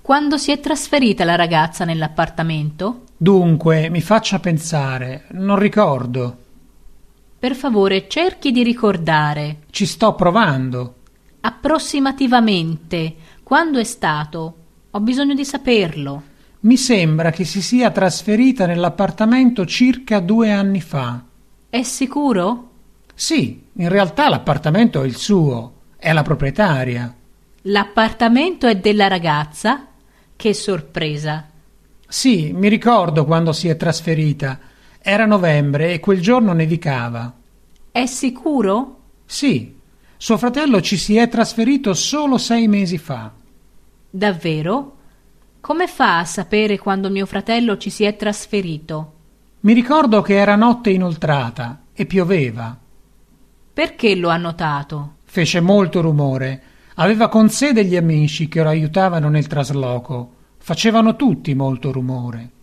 Quando si è trasferita la ragazza nell'appartamento? Dunque, mi faccia pensare, non ricordo. Per favore, cerchi di ricordare. Ci sto provando. Approssimativamente, quando è stato? Ho bisogno di saperlo. Mi sembra che si sia trasferita nell'appartamento circa 2 anni fa. È sicuro? Sì, in realtà l'appartamento è il suo, è la proprietaria. L'appartamento è della ragazza? Che sorpresa! Sì, mi ricordo quando si è trasferita. Era novembre e quel giorno nevicava. È sicuro? Sì, suo fratello ci si è trasferito solo 6 mesi fa. Davvero? Come fa a sapere quando mio fratello ci si è trasferito? Mi ricordo che era notte inoltrata e pioveva. Perché lo ha notato? Fece molto rumore. Aveva con sé degli amici che lo aiutavano nel trasloco. Facevano tutti molto rumore.